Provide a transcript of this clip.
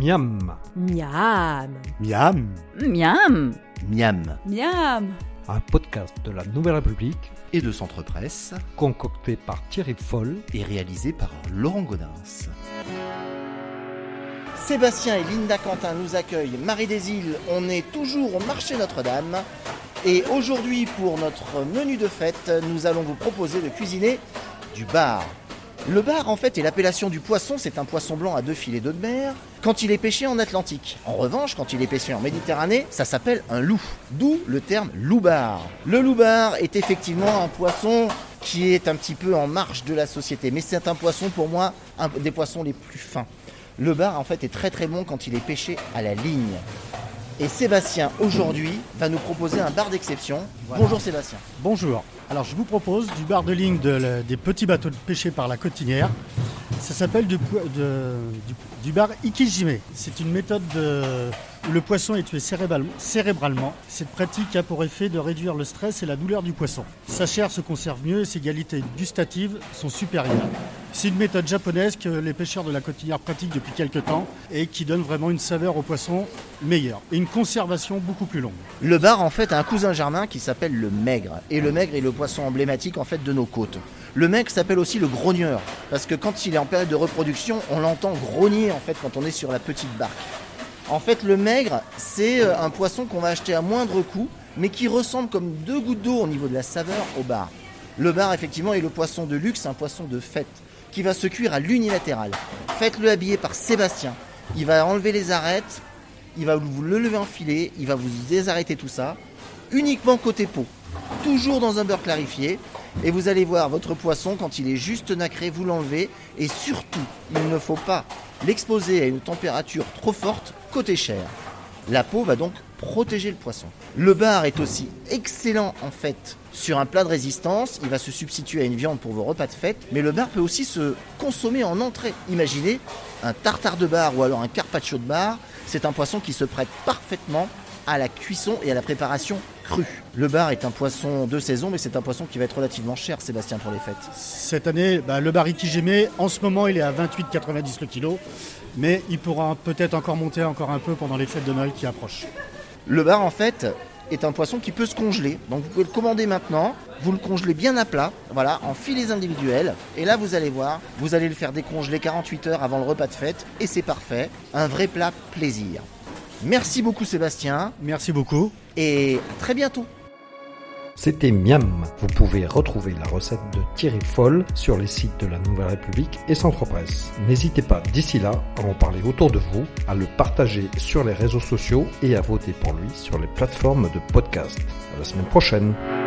Miam. Miam. Miam. Miam. Miam. Miam. Un podcast de la Nouvelle République Et de Centre Presse concocté par Thierry Foll et réalisé par Laurent Gaudens. Sébastien et Linda Quentin nous accueillent. Marie des Îles, on est toujours au marché Notre-Dame. Et aujourd'hui, pour notre menu de fête, nous allons vous proposer de cuisiner du bar. Le bar, en fait, est l'appellation du poisson. C'est un poisson blanc à 2 filets d'eau de mer quand il est pêché en Atlantique. En revanche, quand il est pêché en Méditerranée, ça s'appelle un loup. D'où le terme loup-bar. Le loup-bar est effectivement un poisson qui est un petit peu en marge de la société. Mais c'est un poisson, pour moi, un des poissons les plus fins. Le bar, en fait, est très très bon quand il est pêché à la ligne. Et Sébastien, aujourd'hui, va nous proposer un bar d'exception. Voilà. Bonjour Sébastien. Bonjour. Alors je vous propose du bar de ligne des petits bateaux pêchés par la cotinière. Ça s'appelle du bar Ikijime. C'est une méthode où le poisson est tué cérébralement. Cette pratique a pour effet de réduire le stress et la douleur du poisson. Sa chair se conserve mieux et ses qualités gustatives sont supérieures. C'est une méthode japonaise que les pêcheurs de la cotinière pratiquent depuis quelques temps et qui donne vraiment une saveur au poisson meilleure et une conservation beaucoup plus longue. Le bar en fait a un cousin germain qui s'appelle le maigre. Et le maigre est le poisson emblématique en fait de nos côtes. Le maigre s'appelle aussi le grogneur parce que quand il est en période de reproduction, on l'entend grogner en fait quand on est sur la petite barque. En fait, le maigre, c'est un poisson qu'on va acheter à moindre coût, mais qui ressemble comme 2 gouttes d'eau au niveau de la saveur au bar. Le bar, effectivement, est le poisson de luxe, un poisson de fête, qui va se cuire à l'unilatéral. Faites-le habiller par Sébastien. Il va enlever les arêtes, il va vous le lever en filet, il va vous désarrêter tout ça, uniquement côté peau, toujours dans un beurre clarifié. Et vous allez voir votre poisson, quand il est juste nacré, vous l'enlevez. Et surtout, il ne faut pas l'exposer à une température trop forte côté chair. La peau va donc protéger le poisson. Le bar est aussi excellent en fait sur un plat de résistance. Il va se substituer à une viande pour vos repas de fête. Mais le bar peut aussi se consommer en entrée. Imaginez un tartare de bar ou alors un carpaccio de bar. C'est un poisson qui se prête parfaitement à la cuisson et à la préparation crue. Le bar est un poisson de saison, mais c'est un poisson qui va être relativement cher, Sébastien, pour les fêtes. Cette année, le bar Ikijime, en ce moment, il est à 28,90 le kilo, mais il pourra peut-être encore monter encore un peu pendant les fêtes de Noël qui approchent. Le bar, en fait, est un poisson qui peut se congeler. Donc vous pouvez le commander maintenant, vous le congelez bien à plat, voilà, en filets individuels. Et là, vous allez voir, vous allez le faire décongeler 48 heures avant le repas de fête, et c'est parfait. Un vrai plat plaisir. Merci beaucoup Sébastien. Merci beaucoup. Et à très bientôt. C'était Miam. Vous pouvez retrouver la recette de Thierry Foll sur les sites de la Nouvelle République et Centre Presse. N'hésitez pas d'ici là à en parler autour de vous, à le partager sur les réseaux sociaux et à voter pour lui sur les plateformes de podcast. À la semaine prochaine.